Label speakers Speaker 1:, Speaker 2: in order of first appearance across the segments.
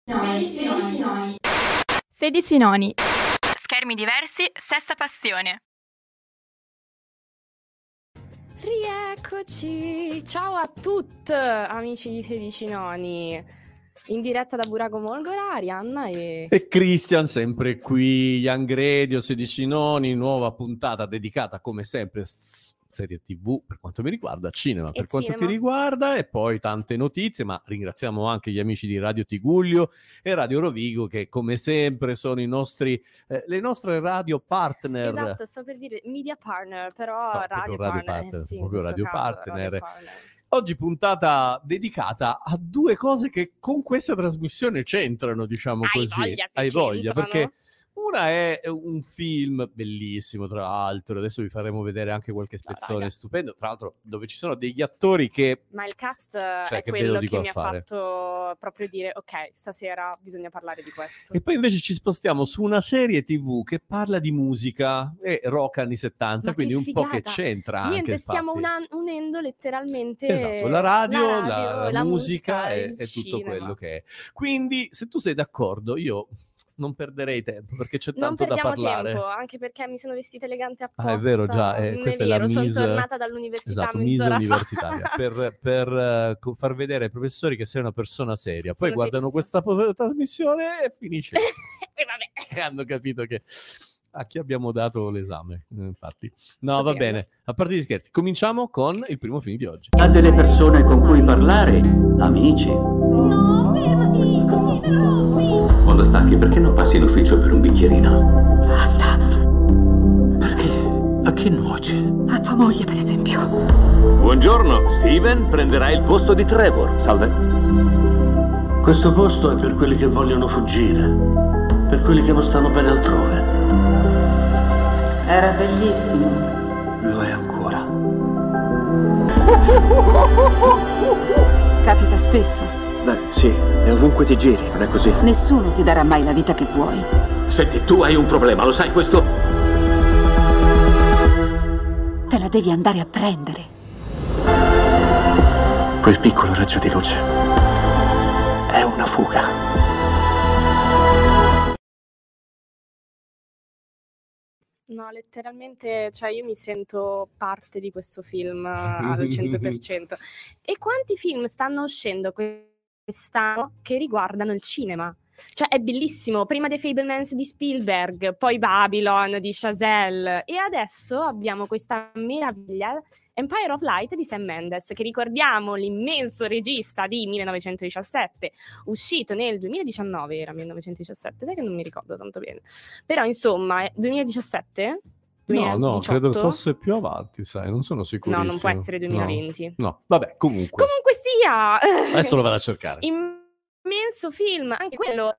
Speaker 1: 16 noni. 16 noni.
Speaker 2: Schermi diversi, stessa passione.
Speaker 3: Rieccoci! Ciao a tutti, amici di 16 noni. In diretta da Burago Molgora, Arianna e
Speaker 4: Christian, sempre qui, Young Radio, 16 noni, nuova puntata dedicata come sempre serie TV per quanto mi riguarda, cinema per quanto ti riguarda, e poi tante notizie, ma ringraziamo anche gli amici di Radio Tigullio e Radio Rovigo che come sempre sono i nostri le nostre radio partner.
Speaker 3: Esatto, sto per dire media partner, però
Speaker 4: no,
Speaker 3: radio partner, sì,
Speaker 4: proprio radio
Speaker 3: caso,
Speaker 4: partner.
Speaker 3: Radio partner.
Speaker 4: Oggi puntata dedicata a due cose che con questa trasmissione c'entrano, diciamo così. Hai voglia, perché una è un film bellissimo, tra l'altro, adesso vi faremo vedere anche qualche spezzone stupendo, tra l'altro dove ci sono degli attori che...
Speaker 3: Ma il cast è quello che mi ha fatto proprio dire, ok, stasera bisogna parlare di questo.
Speaker 4: E poi invece ci spostiamo su una serie TV che parla di musica e rock anni 70, quindi un po' che c'entra.
Speaker 3: Niente,
Speaker 4: anche
Speaker 3: stiamo unendo letteralmente...
Speaker 4: Esatto, la radio, la musica e tutto quello che è. Quindi, se tu sei d'accordo, io... non perderei tempo perché c'è tanto da parlare.
Speaker 3: Tempo, anche perché mi sono vestita elegante apposta.
Speaker 4: È vero, già. Questa è la
Speaker 3: sono tornata dall'università.
Speaker 4: Esatto, Mise universitaria per far vedere ai professori che sei una persona seria. Poi guardano questa trasmissione e finisce.
Speaker 3: E vabbè.
Speaker 4: E hanno capito che a chi abbiamo dato l'esame, infatti. No, va bene. A parte gli scherzi, cominciamo con il primo film di oggi.
Speaker 5: Ha delle persone con cui parlare, amici.
Speaker 6: No, fermati, così me lo rompi.
Speaker 5: Quando stanchi, perché non passi in ufficio per un bicchierino?
Speaker 6: Basta.
Speaker 5: Perché? A chi nuoce?
Speaker 6: A tua moglie, per esempio.
Speaker 7: Buongiorno, Steven prenderà il posto di Trevor.
Speaker 5: Salve.
Speaker 8: Questo posto è per quelli che vogliono fuggire, per quelli che non stanno bene altrove.
Speaker 6: Era bellissimo.
Speaker 5: Lo è ancora.
Speaker 6: Capita spesso.
Speaker 5: Beh, sì, è ovunque ti giri, non è così?
Speaker 6: Nessuno ti darà mai la vita che vuoi.
Speaker 7: Senti, tu hai un problema, lo sai questo?
Speaker 6: Te la devi andare a prendere.
Speaker 5: Quel piccolo raggio di luce è una fuga.
Speaker 3: No, letteralmente, cioè io mi sento parte di questo film al 100%. E quanti film stanno uscendo quest'anno che riguardano il cinema? Cioè è bellissimo, prima The Fabelmans di Spielberg, poi Babylon di Chazelle e adesso abbiamo questa meraviglia Empire of Light di Sam Mendes, che ricordiamo l'immenso regista di 1917, uscito nel 2019, era 1917, sai che non mi ricordo tanto bene, però insomma 2017? 2018?
Speaker 4: No, credo fosse più avanti, sai, non sono sicurissimo.
Speaker 3: No, non può essere 2020.
Speaker 4: No, vabbè, comunque
Speaker 3: sia!
Speaker 4: Adesso lo vado a cercare.
Speaker 3: Immenso film, anche quello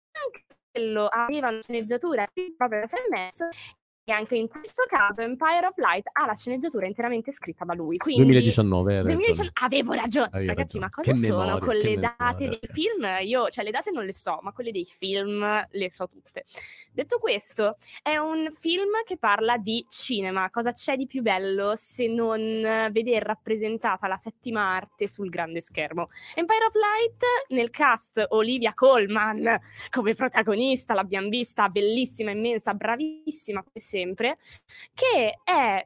Speaker 3: aveva una sceneggiatura proprio da Sam Mendes. E anche in questo caso Empire of Light ha la sceneggiatura interamente scritta da lui. Quindi
Speaker 4: 2019,
Speaker 3: avevo ragione. Ragazzi, ma cosa sono con le date dei film? Io, cioè le date non le so, ma quelle dei film le so tutte. Detto questo, è un film che parla di cinema. Cosa c'è di più bello se non veder rappresentata la settima arte sul grande schermo? Empire of Light, nel cast Olivia Colman come protagonista, l'abbiamo vista, bellissima, immensa, bravissima sempre, che è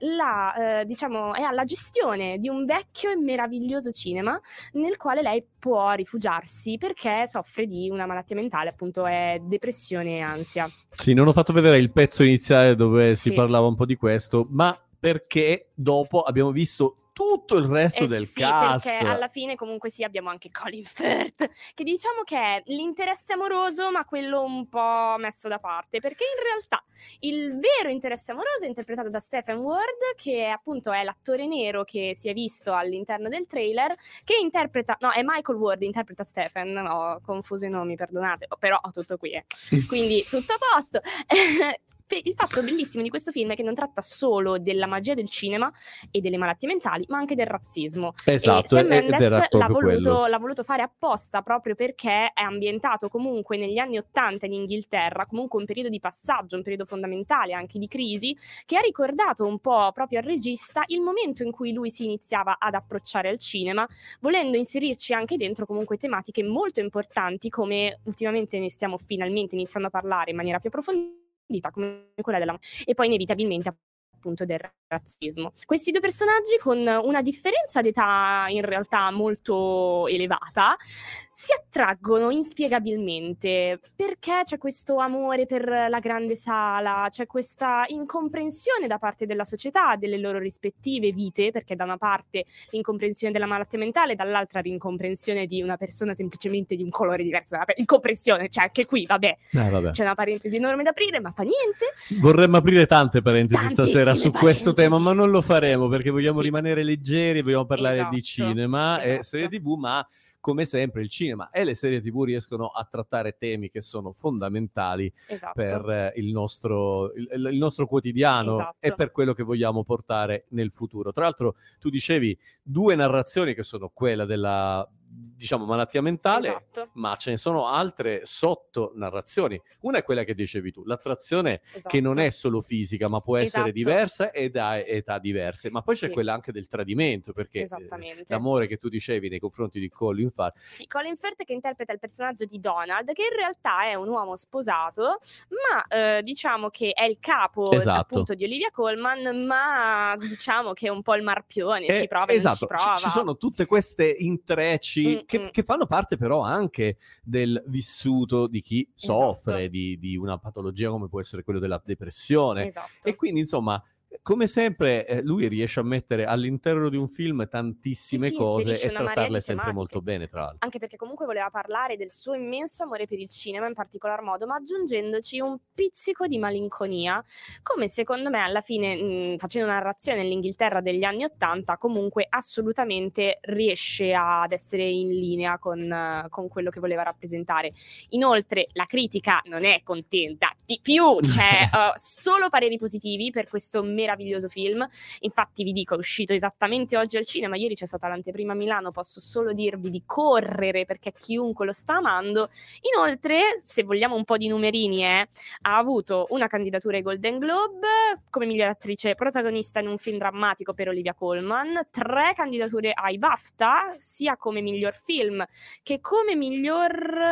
Speaker 3: è alla gestione di un vecchio e meraviglioso cinema nel quale lei può rifugiarsi perché soffre di una malattia mentale, appunto è depressione e ansia.
Speaker 4: Sì, non ho fatto vedere il pezzo iniziale dove si parlava un po' di questo, ma perché dopo abbiamo visto tutto il resto del cast.
Speaker 3: Perché alla fine comunque abbiamo anche Colin Firth, che diciamo che è l'interesse amoroso, ma quello un po' messo da parte, perché in realtà il vero interesse amoroso è interpretato da Stephen Ward, che appunto è l'attore nero che si è visto all'interno del trailer, che interpreta, no, è Michael Ward, interpreta Stephen, ho confuso i nomi, perdonate, però tutto qui, quindi tutto a posto. il fatto bellissimo di questo film è che non tratta solo della magia del cinema e delle malattie mentali, ma anche del razzismo.
Speaker 4: Esatto,
Speaker 3: e Sam Mendes l'ha voluto fare apposta, proprio perché è ambientato comunque negli anni '80 in Inghilterra, comunque un periodo di passaggio, un periodo fondamentale anche di crisi, che ha ricordato un po' proprio al regista il momento in cui lui si iniziava ad approcciare al cinema, volendo inserirci anche dentro comunque tematiche molto importanti, come ultimamente ne stiamo finalmente iniziando a parlare in maniera più approfondita, come quella della, e poi inevitabilmente appunto del razzismo. Questi due personaggi, con una differenza d'età in realtà molto elevata, si attraggono inspiegabilmente, perché c'è questo amore per la grande sala, c'è questa incomprensione da parte della società delle loro rispettive vite, perché da una parte l'incomprensione della malattia mentale, dall'altra l'incomprensione di una persona semplicemente di un colore diverso, incomprensione, cioè anche qui vabbè. C'è una parentesi enorme da aprire, ma fa niente.
Speaker 4: Vorremmo aprire tante parentesi stasera su questo tema, ma non lo faremo perché vogliamo rimanere leggeri, vogliamo parlare di cinema e serie TV, ma come sempre il cinema e le serie TV riescono a trattare temi che sono fondamentali per il nostro quotidiano e per quello che vogliamo portare nel futuro. Tra l'altro tu dicevi due narrazioni che sono quella della, diciamo, malattia mentale, ma ce ne sono altre sotto narrazioni. Una è quella che dicevi tu, l'attrazione che non è solo fisica, ma può essere diversa e da età diverse, ma poi c'è quella anche del tradimento, perché l'amore che tu dicevi nei confronti di Colin Firth.
Speaker 3: Sì, Colin Firth che interpreta il personaggio di Donald, che in realtà è un uomo sposato, ma diciamo che è il capo appunto di Olivia Colman, ma diciamo che è un po' il marpione, ci prova e non ci prova.
Speaker 4: Ci sono tutte queste intrecci che fanno parte però anche del vissuto di chi soffre di una patologia come può essere quello della depressione. E quindi insomma, come sempre, lui riesce a mettere all'interno di un film tantissime cose e trattarle sempre molto bene, tra l'altro.
Speaker 3: Anche perché comunque voleva parlare del suo immenso amore per il cinema in particolar modo, ma aggiungendoci un pizzico di malinconia, come secondo me alla fine, facendo una narrazione nell'Inghilterra degli anni '80, comunque assolutamente riesce ad essere in linea con quello che voleva rappresentare. Inoltre la critica non è contenta di più, c'è solo pareri positivi per questo meraviglioso film. Infatti vi dico, è uscito esattamente oggi al cinema, ieri c'è stata l'anteprima a Milano, posso solo dirvi di correre perché chiunque lo sta amando. Inoltre, se vogliamo un po' di numerini, ha avuto una candidatura ai Golden Globe come miglior attrice protagonista in un film drammatico per Olivia Colman, 3 candidature ai BAFTA sia come miglior film che come miglior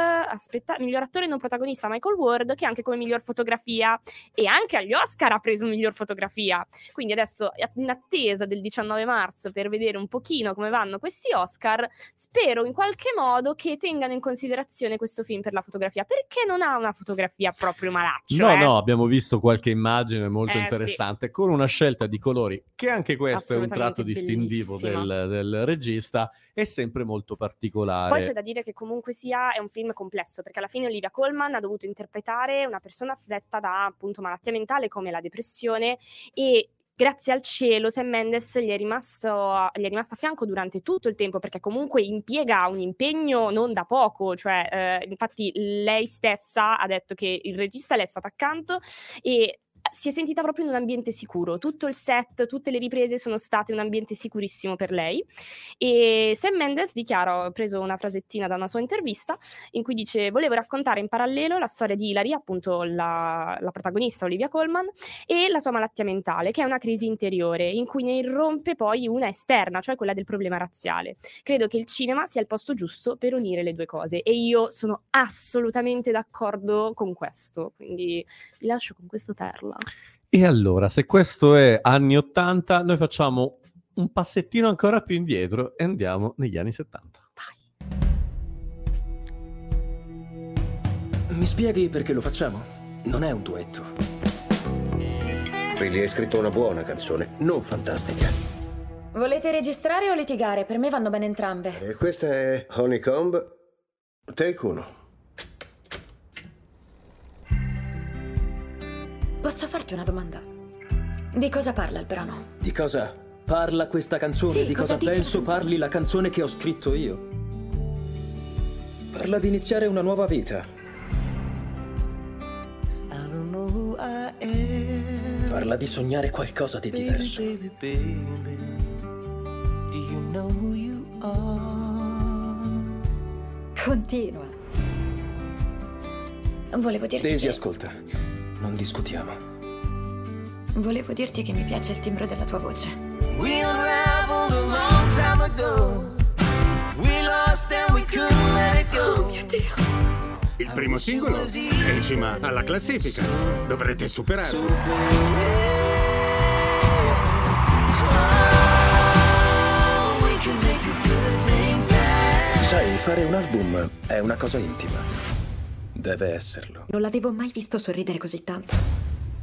Speaker 3: attore non protagonista Michael Ward, che anche come miglior fotografia, e anche agli Oscar ha preso miglior fotografia. Quindi adesso, in attesa del 19 marzo per vedere un pochino come vanno questi Oscar, spero in qualche modo che tengano in considerazione questo film per la fotografia, perché non ha una fotografia proprio malaccio.
Speaker 4: No, abbiamo visto qualche immagine molto interessante, con una scelta di colori che anche questo è un tratto distintivo del regista, è sempre molto particolare.
Speaker 3: Poi c'è da dire che comunque sia è un film complesso, perché alla fine Olivia Colman ha dovuto interpretare una persona affetta da appunto malattia mentale come la depressione, e grazie al cielo Sam Mendes gli è rimasto a fianco durante tutto il tempo, perché comunque impiega un impegno non da poco, cioè infatti lei stessa ha detto che il regista le è stato accanto e si è sentita proprio in un ambiente sicuro. Tutto il set, tutte le riprese sono state un ambiente sicurissimo per lei. E Sam Mendes dichiara, ho preso una frasettina da una sua intervista, in cui dice: volevo raccontare in parallelo la storia di Hilary, appunto la protagonista Olivia Colman, e la sua malattia mentale, che è una crisi interiore, in cui ne irrompe poi una esterna, cioè quella del problema razziale. Credo che il cinema sia il posto giusto per unire le due cose, e io sono assolutamente d'accordo con questo, quindi vi lascio con questo perla.
Speaker 4: E allora, se questo è anni 80, noi facciamo un passettino ancora più indietro e andiamo negli anni 70.
Speaker 9: Vai. Mi spieghi perché lo facciamo? Non è un duetto.
Speaker 10: Billy hai scritto una buona canzone, non fantastica.
Speaker 11: Volete registrare o litigare? Per me vanno bene entrambe.
Speaker 10: E questa è Honeycomb, take 1.
Speaker 11: Posso farti una domanda? Di cosa parla il brano?
Speaker 9: Di cosa parla questa canzone?
Speaker 11: Sì,
Speaker 9: di cosa penso parli la canzone che ho scritto io? Parla di iniziare una nuova vita. Parla di sognare qualcosa di diverso.
Speaker 11: Continua. Volevo dirti
Speaker 9: Daisy,
Speaker 11: che...
Speaker 9: ascolta, non discutiamo.
Speaker 11: Volevo dirti che mi piace il timbro della tua voce.
Speaker 12: We unraveled a long time ago. We lost and we couldn't let it go.
Speaker 11: Oh mio Dio.
Speaker 13: Il primo singolo è in cima alla classifica. Dovrete superarlo.
Speaker 9: Sai, fare un album è una cosa intima. Deve esserlo.
Speaker 11: Non l'avevo mai visto sorridere così tanto.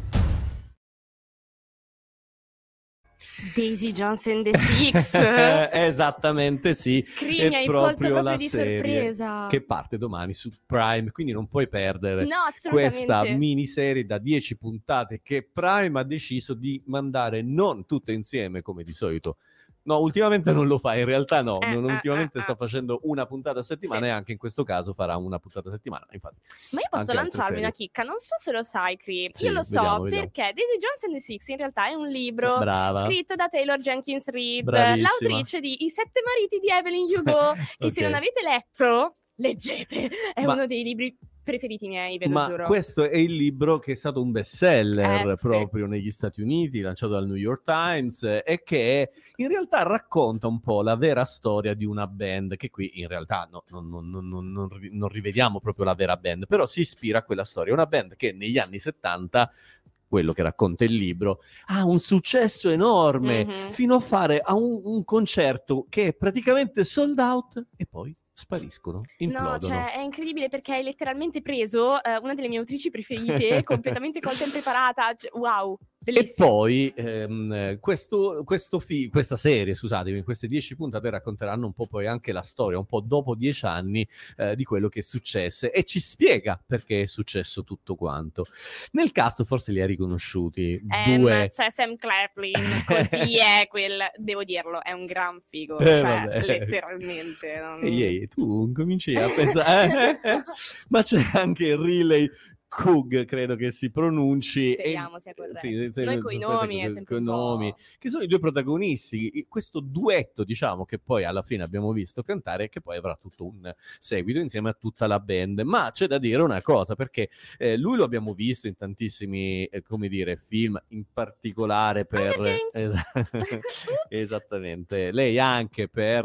Speaker 3: Daisy Jones and the Six.
Speaker 4: Esattamente, sì.
Speaker 3: Crimi,
Speaker 4: è
Speaker 3: hai
Speaker 4: proprio la
Speaker 3: di
Speaker 4: serie
Speaker 3: sorpresa.
Speaker 4: che parte domani su Prime, quindi non puoi perdere
Speaker 3: assolutamente.
Speaker 4: questa miniserie da 10 puntate che Prime ha deciso di mandare non tutte insieme come di solito. No, ultimamente non lo fa, in realtà no, ultimamente sta facendo una puntata a settimana, sì. E anche in questo caso farà una puntata a settimana, infatti.
Speaker 3: Ma io posso lanciarmi una chicca, non so se lo sai, Cri.
Speaker 4: Sì,
Speaker 3: io lo so
Speaker 4: vediamo.
Speaker 3: Perché Daisy Jones and the Six in realtà è un libro scritto da Taylor Jenkins Reid, l'autrice di I 7 mariti di Evelyn Hugo, che se non avete letto, leggete, è uno dei libri preferiti miei, ve lo giuro.
Speaker 4: Questo è il libro che è stato un bestseller proprio negli Stati Uniti, lanciato dal New York Times, e che in realtà racconta un po' la vera storia di una band, che qui in realtà non rivediamo proprio la vera band, però si ispira a quella storia. Una band che negli anni 70, quello che racconta il libro, ha un successo enorme, fino a fare un concerto che è praticamente sold out e poi spariscono, implodono.
Speaker 3: No, cioè è incredibile perché hai letteralmente preso una delle mie autrici preferite, completamente colta e impreparata, wow, bellissimo.
Speaker 4: E poi questa serie, scusatemi, in queste 10 puntate racconteranno un po' poi anche la storia, un po' dopo 10 anni di quello che successe, e ci spiega perché è successo tutto quanto. Nel cast forse li ha riconosciuti due.
Speaker 3: C'è Sam Claflin, così è devo dirlo, è un gran figo, cioè letteralmente.
Speaker 4: E tu cominci a pensare, ma c'è anche Riley Coog, credo che si pronunci.
Speaker 3: Speriamo sia corretto. Noi coi nomi è sempre un po'...
Speaker 4: che sono i due protagonisti, questo duetto, diciamo, che poi alla fine abbiamo visto cantare, che poi avrà tutto un seguito insieme a tutta la band. Ma c'è da dire una cosa, perché lui lo abbiamo visto in tantissimi, come dire, film, in particolare per... esattamente. Lei anche per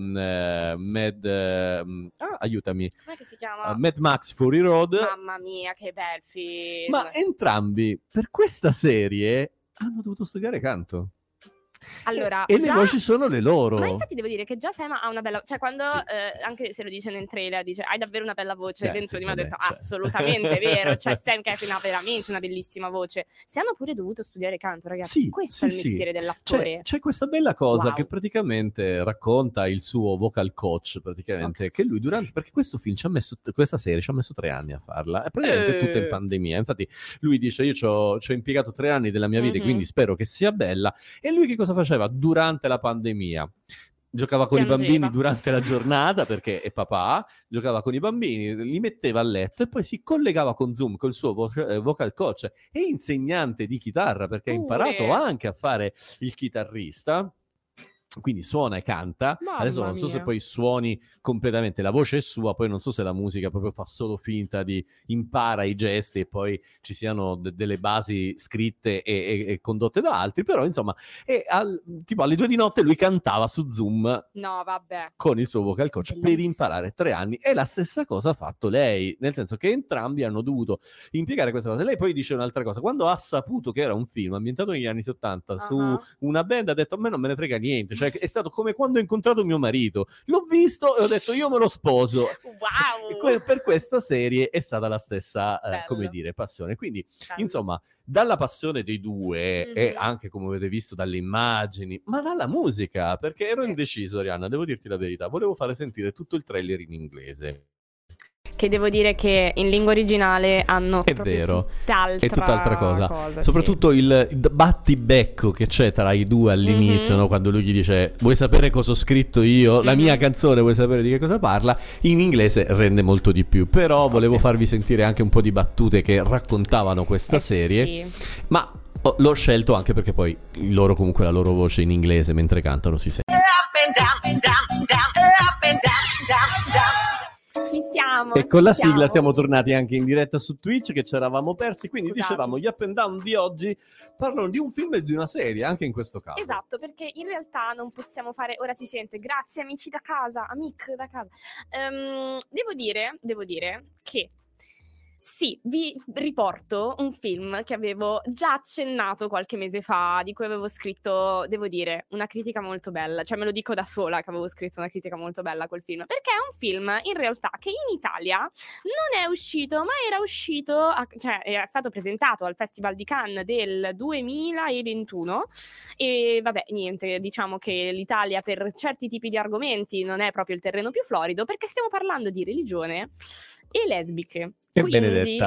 Speaker 4: aiutami.
Speaker 3: Come che si chiama?
Speaker 4: Mad Max Fury Road.
Speaker 3: Mamma mia, che bel film.
Speaker 4: Ma entrambi per questa serie hanno dovuto studiare canto.
Speaker 3: Allora,
Speaker 4: e le voci sono le loro.
Speaker 3: Ma infatti devo dire che già Sam ha una bella... Cioè quando, anche se lo dice nel trailer, dice hai davvero una bella voce, dentro di me ho detto assolutamente vero. Cioè Sam Claflin ha veramente una bellissima voce. Se hanno pure dovuto studiare canto, ragazzi, questo è il mestiere dell'attore.
Speaker 4: C'è questa bella cosa che praticamente racconta il suo vocal coach, praticamente, che lui perché questo film questa serie ci ha messo 3 anni a farla, è praticamente tutta in pandemia. Infatti lui dice io ci ho impiegato 3 anni della mia vita, quindi spero che sia bella. E lui che cosa faceva durante la pandemia? Giocava con i bambini durante la giornata, perché è papà, giocava con i bambini, li metteva a letto e poi si collegava con Zoom col suo vocal coach e insegnante di chitarra, perché ha imparato anche a fare il chitarrista. Quindi suona e canta.
Speaker 3: Mamma
Speaker 4: adesso non so se poi suoni completamente, la voce è sua, poi non so se la musica proprio fa solo finta di impara i gesti e poi ci siano delle basi scritte e condotte da altri, però insomma tipo alle 2 di notte lui cantava su Zoom con il suo vocal coach per imparare 3 anni, e la stessa cosa ha fatto lei, nel senso che entrambi hanno dovuto impiegare questa cosa. Lei poi dice un'altra cosa: quando ha saputo che era un film ambientato negli anni 70 su una band, ha detto a me non me ne frega niente, cioè è stato come quando ho incontrato mio marito, l'ho visto e ho detto io me lo sposo.
Speaker 3: Wow!
Speaker 4: Per questa serie è stata la stessa come dire passione, quindi insomma dalla passione dei due e anche, come avete visto, dalle immagini, ma dalla musica, perché ero indeciso, Arianna, devo dirti la verità, volevo fare sentire tutto il trailer in inglese.
Speaker 3: che devo dire che in lingua originale hanno
Speaker 4: è vero,
Speaker 3: è
Speaker 4: tutt'altra cosa. Soprattutto il battibecco che c'è tra i due all'inizio, no? Quando lui gli dice vuoi sapere cosa ho scritto io, la mia canzone, vuoi sapere di che cosa parla, in inglese rende molto di più. Però volevo farvi sentire anche un po' di battute che raccontavano questa serie, ma l'ho scelto anche perché poi loro comunque la loro voce in inglese mentre cantano si sente.
Speaker 3: Ci siamo.
Speaker 4: E con la sigla siamo tornati anche in diretta su Twitch, che ci eravamo persi. Quindi dicevamo, gli Up and Down di oggi parlano di un film e di una serie, anche in questo caso.
Speaker 3: Esatto, perché in realtà non possiamo fare, ora si sente, grazie amici da casa, amic da casa. Devo dire che sì, vi riporto un film che avevo già accennato qualche mese fa, di cui avevo scritto, devo dire, una critica molto bella. Cioè me lo dico da sola che avevo scritto una critica molto bella a quel film, perché è un film in realtà che in Italia non è uscito, ma era uscito, cioè era stato presentato al Festival di Cannes del 2021 e vabbè, niente, diciamo che l'Italia per certi tipi di argomenti non è proprio il terreno più florido, perché stiamo parlando di religione e lesbiche.
Speaker 4: E
Speaker 3: quindi,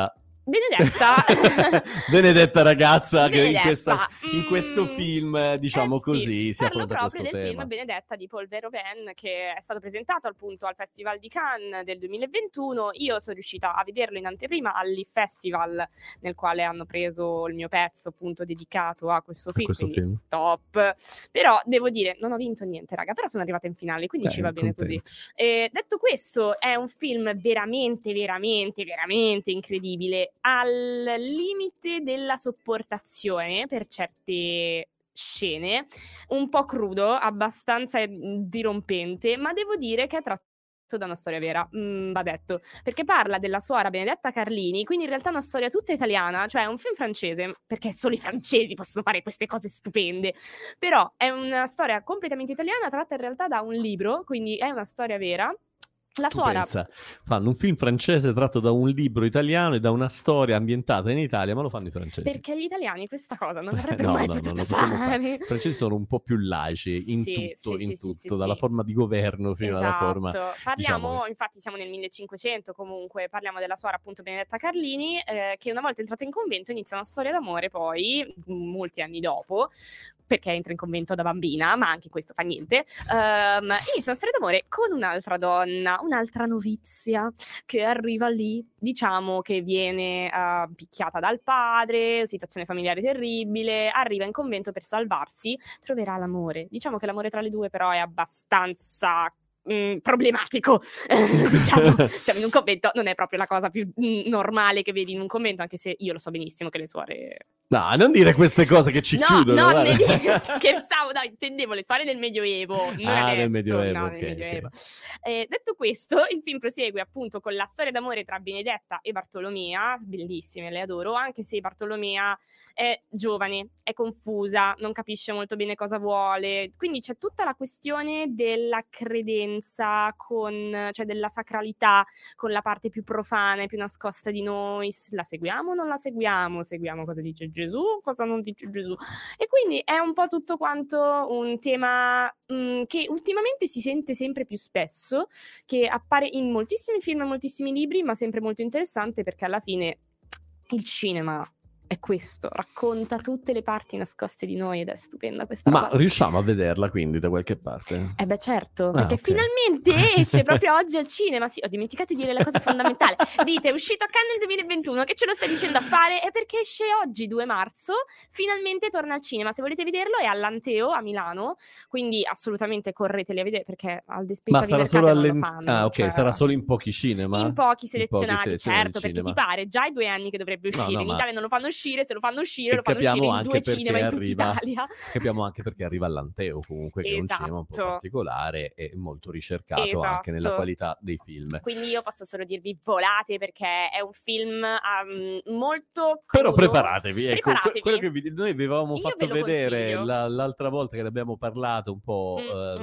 Speaker 4: Benedetta ragazza Benedetta. Che in questo film, diciamo così, si affronta questo tema. Parlo proprio del
Speaker 3: film Benedetta di Paul Verhoeven, che è stato presentato appunto al Festival di Cannes del 2021. Io sono riuscita a vederlo in anteprima all'E-Festival, nel quale hanno preso il mio pezzo appunto dedicato a questo film. Top. Però devo dire, non ho vinto niente, raga, però sono arrivata in finale, quindi ci va bene così. Detto questo, è un film veramente, veramente, veramente incredibile, al limite della sopportazione per certe scene, un po' crudo, abbastanza dirompente, ma devo dire che è tratto da una storia vera, va detto, perché parla della suora Benedetta Carlini, quindi in realtà è una storia tutta italiana, cioè è un film francese, perché solo i francesi possono fare queste cose stupende, però è una storia completamente italiana, tratta in realtà da un libro, quindi è una storia vera. La suora
Speaker 4: pensa, fanno un film francese tratto da un libro italiano e da una storia ambientata in Italia, ma lo fanno i francesi.
Speaker 3: Perché gli italiani questa cosa non avrebbero mai potuto fare.
Speaker 4: I francesi sono un po' più laici in tutto, dalla forma di governo fino alla forma.
Speaker 3: Parliamo,
Speaker 4: diciamo,
Speaker 3: infatti siamo nel 1500 comunque, parliamo della suora appunto Benedetta Carlini, che una volta entrata in convento inizia una storia d'amore poi, molti anni dopo, perché entra in convento da bambina, ma anche questo fa niente, inizia una storia d'amore con un'altra donna, un'altra novizia, che arriva lì, diciamo che viene picchiata dal padre, situazione familiare terribile, arriva in convento per salvarsi, troverà l'amore. Diciamo che l'amore tra le due però è abbastanza problematico, diciamo, siamo in un convento, non è proprio la cosa più non vedi in un convento, anche se io lo so benissimo che le suore...
Speaker 4: No, non dire queste cose che ci chiudono.
Speaker 3: No, scherzavo, no, intendevo le suore del Medioevo, non adesso,
Speaker 4: del Medioevo,
Speaker 3: no,
Speaker 4: okay,
Speaker 3: del Medioevo.
Speaker 4: Okay.
Speaker 3: Detto questo, il film prosegue appunto con la storia d'amore tra Benedetta e Bartolomea, bellissime, le adoro, anche se Bartolomea è giovane, è confusa, non capisce molto bene cosa vuole, quindi c'è tutta la questione della credenza, cioè della sacralità, con la parte più profana e più nascosta di noi, la seguiamo o non la seguiamo, seguiamo cosa dice Gesù, cosa non dice Gesù, e quindi è un po' tutto quanto un tema che ultimamente si sente sempre più spesso, che appare in moltissimi film e moltissimi libri, ma sempre molto interessante, perché alla fine il cinema è questo, racconta tutte le parti nascoste di noi ed è stupenda questa
Speaker 4: roba.
Speaker 3: Ma
Speaker 4: riusciamo a vederla quindi da qualche parte?
Speaker 3: Beh certo, perché finalmente esce proprio oggi al cinema. Sì, ho dimenticato di dire la cosa fondamentale. Dite, è uscito a Cannes nel 2021, che ce lo stai dicendo a fare? È perché esce oggi, 2 marzo, finalmente torna al cinema. Se volete vederlo è all'Anteo a Milano, quindi assolutamente correteli a vedere, perché al Despensa di Mercati non lo fanno.
Speaker 4: Ah, ok, cioè... sarà solo in pochi cinema?
Speaker 3: In pochi selezionati, certo, perché ti pare, già è 2 anni che dovrebbe uscire, in Italia non lo fanno uscire, se lo fanno uscire lo fanno uscire in 2 cinema in tutta Italia.
Speaker 4: Capiamo anche perché arriva all'Anteo comunque, che è un cinema un po' particolare e molto ricercato anche nella qualità dei film.
Speaker 3: Quindi io posso solo dirvi volate, perché è un film molto crudo.
Speaker 4: Però preparatevi, ecco, quello che noi vi avevamo fatto vedere l'altra volta che ne abbiamo parlato un po'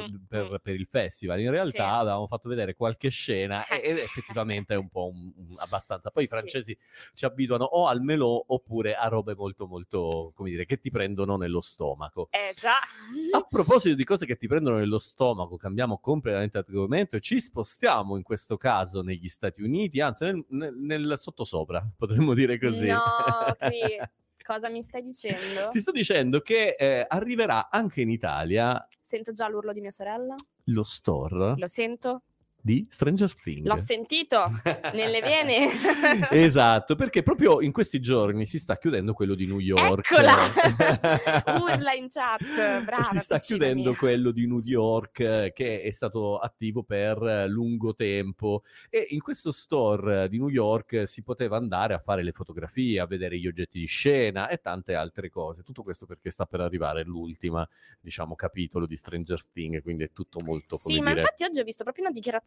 Speaker 4: per il festival, in realtà avevamo fatto vedere qualche scena ed effettivamente è un po' abbastanza, poi i francesi ci abituano o al melò oppure oppure a robe molto molto, come dire, che ti prendono nello stomaco.
Speaker 3: Già.
Speaker 4: A proposito di cose che ti prendono nello stomaco, cambiamo completamente argomento e ci spostiamo in questo caso negli Stati Uniti, anzi nel sottosopra, potremmo dire così.
Speaker 3: No, cosa mi stai dicendo?
Speaker 4: Ti sto dicendo che arriverà anche in Italia.
Speaker 3: Sento già l'urlo di mia sorella.
Speaker 4: Lo store.
Speaker 3: Lo sento.
Speaker 4: Di Stranger Things.
Speaker 3: L'ho sentito nelle vene.
Speaker 4: Esatto, perché proprio in questi giorni si sta chiudendo quello di New York.
Speaker 3: Eccola! Urla in chat, brava.
Speaker 4: Si sta chiudendo
Speaker 3: mia.
Speaker 4: quello di New York, che è stato attivo per lungo tempo, e in questo store di New York si poteva andare a fare le fotografie, a vedere gli oggetti di scena e tante altre cose. Tutto questo perché sta per arrivare l'ultima, diciamo, capitolo di Stranger Things, quindi è tutto molto, come
Speaker 3: sì,
Speaker 4: dire...
Speaker 3: ma infatti oggi ho visto proprio una dichiarazione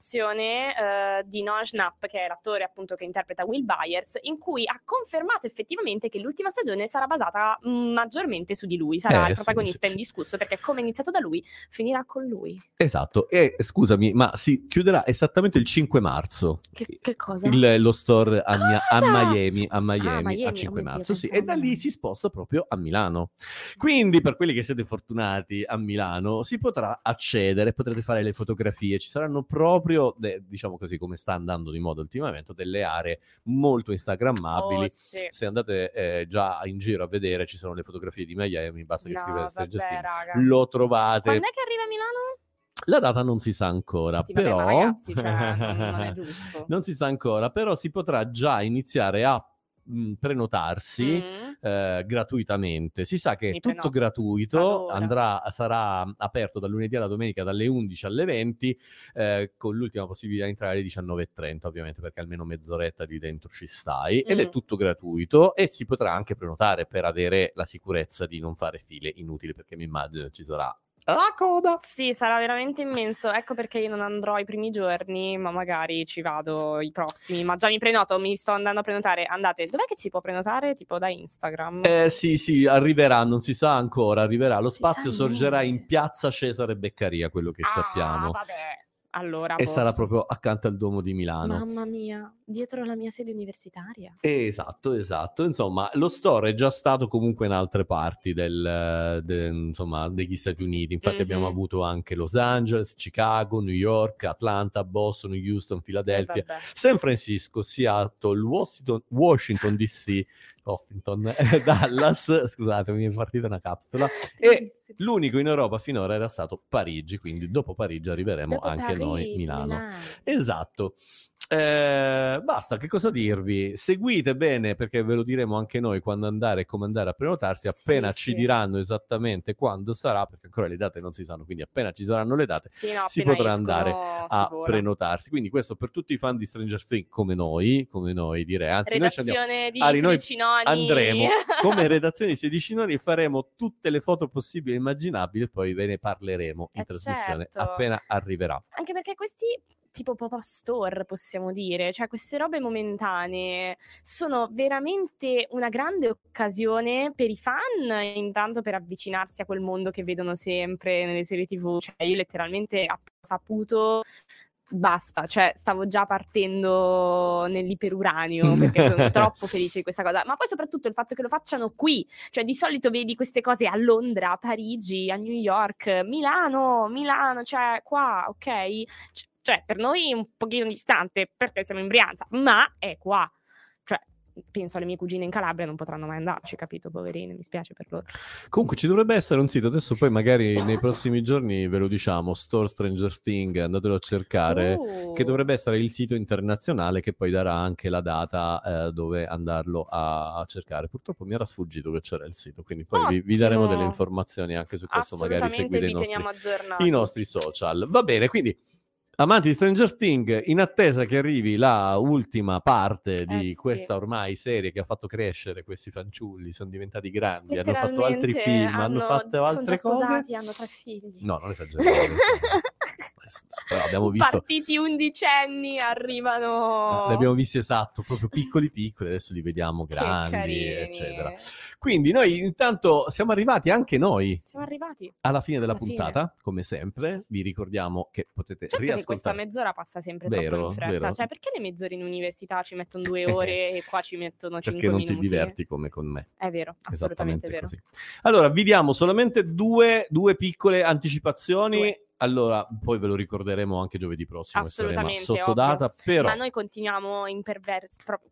Speaker 3: di Noah Schnapp, che è l'attore appunto che interpreta Will Byers, in cui ha confermato effettivamente che l'ultima stagione sarà basata maggiormente su di lui, sarà il protagonista indiscusso, perché come è iniziato da lui finirà con lui.
Speaker 4: Esatto, e scusami, ma si chiuderà esattamente il 5 marzo.
Speaker 3: Che cosa?
Speaker 4: Lo store a Miami, a 5 marzo, sì, e da lì si sposta proprio a Milano. Quindi per quelli che siete fortunati a Milano si potrà accedere, potrete fare le fotografie, ci saranno proprio, diciamo così come sta andando di moda ultimamente, delle aree molto instagrammabili.
Speaker 3: Sì.
Speaker 4: Se andate già in giro a vedere, ci sono le fotografie di Miami, basta che scrivete Stranger Things, lo trovate.
Speaker 3: Quando è che arriva a Milano?
Speaker 4: La data non si sa ancora,
Speaker 3: sì,
Speaker 4: però
Speaker 3: vabbè, ragazzi, cioè, non è giusto.
Speaker 4: Non si sa ancora, però si potrà già iniziare a prenotarsi gratuitamente. Si sa che è tutto gratuito, sarà aperto dal lunedì alla domenica dalle 11 alle 20, con l'ultima possibilità di entrare alle 19:30, ovviamente, perché almeno mezz'oretta di dentro ci stai, ed è tutto gratuito, e si potrà anche prenotare per avere la sicurezza di non fare file inutili, perché mi immagino ci sarà la coda.
Speaker 3: Sì, sarà veramente immenso. Ecco perché io non andrò i primi giorni, ma magari ci vado i prossimi. Ma già mi prenoto, mi sto andando a prenotare. Andate, dov'è che si può prenotare? Tipo da Instagram?
Speaker 4: Sì, arriverà, non si sa ancora, arriverà. Lo spazio sorgerà in piazza Cesare Beccaria, quello che sappiamo.
Speaker 3: Vabbè. Allora,
Speaker 4: e sarà proprio accanto al Duomo di Milano.
Speaker 3: Mamma mia, dietro la mia sede universitaria.
Speaker 4: Esatto. Insomma, lo store è già stato comunque in altre parti insomma, degli Stati Uniti. Infatti abbiamo avuto anche Los Angeles, Chicago, New York, Atlanta, Boston, Houston, Philadelphia, San Francisco, Seattle, Washington DC, Dallas, scusate, mi è partita una capsula, e l'unico in Europa finora era stato Parigi, quindi dopo Parigi arriveremo anche noi, Milano. Esatto. Basta, che cosa dirvi? Seguite bene, perché ve lo diremo anche noi quando andare e come andare a prenotarsi, appena ci diranno esattamente quando sarà, perché ancora le date non si sanno, quindi appena ci saranno le date si potrà andare a prenotarsi. Quindi questo per tutti i fan di Stranger Things come noi direi, anzi
Speaker 3: redazione
Speaker 4: noi andremo come redazione di 16 noni, faremo tutte le foto possibili e immaginabili e poi ve ne parleremo in trasmissione appena arriverà.
Speaker 3: Anche perché questi tipo pop-up store, possiamo dire, cioè queste robe momentanee sono veramente una grande occasione per i fan, intanto per avvicinarsi a quel mondo che vedono sempre nelle serie TV. Cioè io letteralmente ho saputo basta, cioè stavo già partendo nell'iperuranio perché sono troppo felice di questa cosa, ma poi soprattutto il fatto che lo facciano qui, cioè di solito vedi queste cose a Londra, a Parigi, a New York, Milano, cioè qua, ok? Cioè per noi è un pochino distante perché siamo in Brianza, ma è qua. Cioè penso alle mie cugine in Calabria, non potranno mai andarci, capito, poverine, mi spiace per loro.
Speaker 4: Comunque ci dovrebbe essere un sito, adesso poi magari nei prossimi giorni ve lo diciamo, Store Stranger Things, andatelo a cercare, che dovrebbe essere il sito internazionale che poi darà anche la data dove andarlo a cercare. Purtroppo mi era sfuggito che c'era il sito, quindi poi vi daremo delle informazioni anche su questo, magari seguite i nostri social. Va bene, quindi amanti di Stranger Things, in attesa che arrivi la ultima parte di questa ormai serie che ha fatto crescere questi fanciulli, sono diventati grandi, hanno fatto altri film, hanno fatto altre cose.
Speaker 3: Sono già sposati, hanno 3 figli.
Speaker 4: No, non esagerare. Però abbiamo visto...
Speaker 3: Partiti undicenni arrivano...
Speaker 4: Li abbiamo visti, esatto, proprio piccoli, adesso li vediamo grandi, eccetera. Quindi noi intanto siamo arrivati anche noi.
Speaker 3: Siamo arrivati.
Speaker 4: Alla fine della puntata, come sempre. Vi ricordiamo che potete riascoltare.
Speaker 3: Che questa mezz'ora passa sempre troppo in fretta.
Speaker 4: Vero.
Speaker 3: Cioè, perché le mezz'ore in università ci mettono 2 ore e qua ci mettono 5
Speaker 4: minuti? Perché non ti diverti come con me.
Speaker 3: È vero, assolutamente vero.
Speaker 4: Così. Allora, vi diamo solamente due piccole anticipazioni. Allora, poi ve lo ricorderemo anche giovedì prossimo, saremo sotto data, però...
Speaker 3: Ma noi continuiamo imperversi, proprio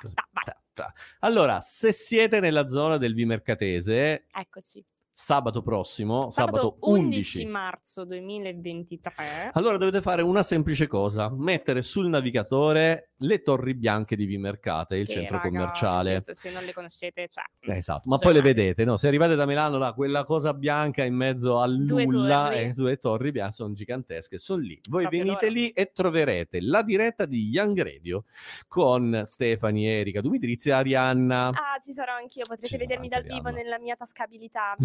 Speaker 4: Allora, se siete nella zona del Vimercatese...
Speaker 3: Eccoci.
Speaker 4: Sabato prossimo,
Speaker 3: sabato 11 marzo 2023.
Speaker 4: Allora dovete fare una semplice cosa: mettere sul navigatore le Torri Bianche di Vimercate, il centro commerciale.
Speaker 3: Se non le conoscete,
Speaker 4: esatto, ma poi le vedete, no? Se arrivate da Milano, quella cosa bianca in mezzo al nulla, due torri bianche sono gigantesche, sono lì. Voi venite lì e troverete la diretta di Young Radio con Stefani, Erika, Dumitrizzi e Arianna.
Speaker 3: Ah, ci sarò anch'io, potrete vedermi dal vivo nella mia tascabilità.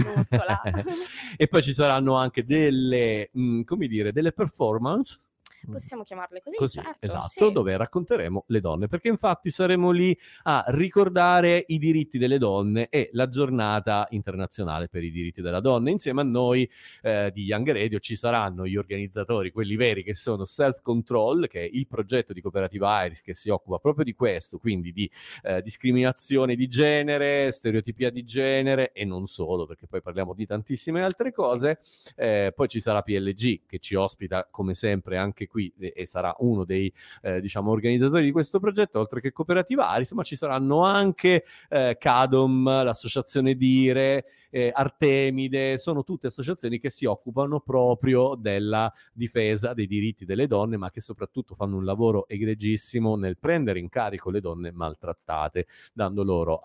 Speaker 4: E poi ci saranno anche delle performance.
Speaker 3: Possiamo chiamarle così, certo,
Speaker 4: esatto, dove racconteremo le donne, perché infatti saremo lì a ricordare i diritti delle donne e la giornata internazionale per i diritti della donna. Insieme a noi di Young Radio ci saranno gli organizzatori, quelli veri, che sono Self Control, che è il progetto di Cooperativa Iris che si occupa proprio di questo, quindi di discriminazione di genere, stereotipia di genere e non solo, perché poi parliamo di tantissime altre cose. Poi ci sarà PLG che ci ospita come sempre anche qui e sarà uno dei organizzatori di questo progetto, oltre che Cooperativa Aris, ma ci saranno anche CADOM, l'associazione Dire, Artemide, sono tutte associazioni che si occupano proprio della difesa dei diritti delle donne, ma che soprattutto fanno un lavoro egregissimo nel prendere in carico le donne maltrattate, dando loro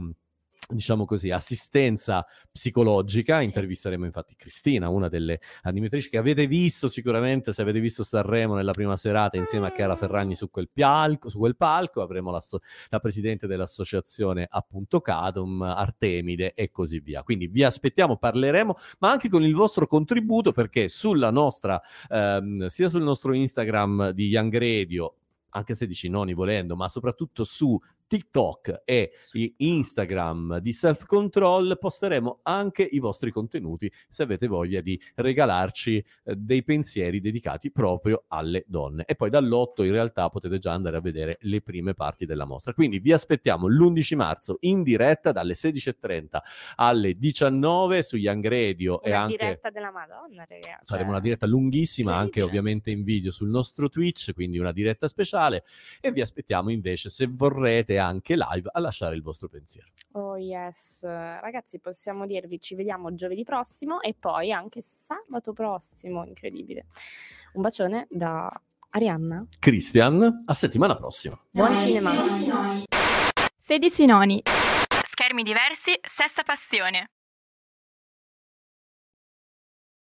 Speaker 4: assistenza psicologica. Intervisteremo infatti Cristina, una delle animatrici che avete visto sicuramente, se avete visto Sanremo nella prima serata insieme a Chiara Ferragni su quel palco. Avremo la presidente dell'associazione appunto CADOM, Artemide e così via. Quindi vi aspettiamo, parleremo, ma anche con il vostro contributo, perché sulla nostra sia sul nostro Instagram di Young Radio, anche se dici noni volendo, ma soprattutto su TikTok e Instagram di Self Control posteremo anche i vostri contenuti, se avete voglia di regalarci dei pensieri dedicati proprio alle donne. E poi dall'8 in realtà potete già andare a vedere le prime parti della mostra. Quindi vi aspettiamo l'11 marzo in diretta dalle 16:30 alle 19 su Young Radio.
Speaker 3: Una diretta della Madonna, ragazzi.
Speaker 4: Faremo una diretta lunghissima, anche ovviamente in video sul nostro Twitch, quindi una diretta speciale. E vi aspettiamo invece, se vorrete, anche live a lasciare il vostro pensiero.
Speaker 3: Oh yes, ragazzi, possiamo dirvi ci vediamo giovedì prossimo e poi anche sabato prossimo, incredibile. Un bacione da Arianna,
Speaker 4: Christian, a settimana prossima.
Speaker 3: Buon cinema.
Speaker 1: 16 noni.
Speaker 2: Schermi diversi, sesta passione.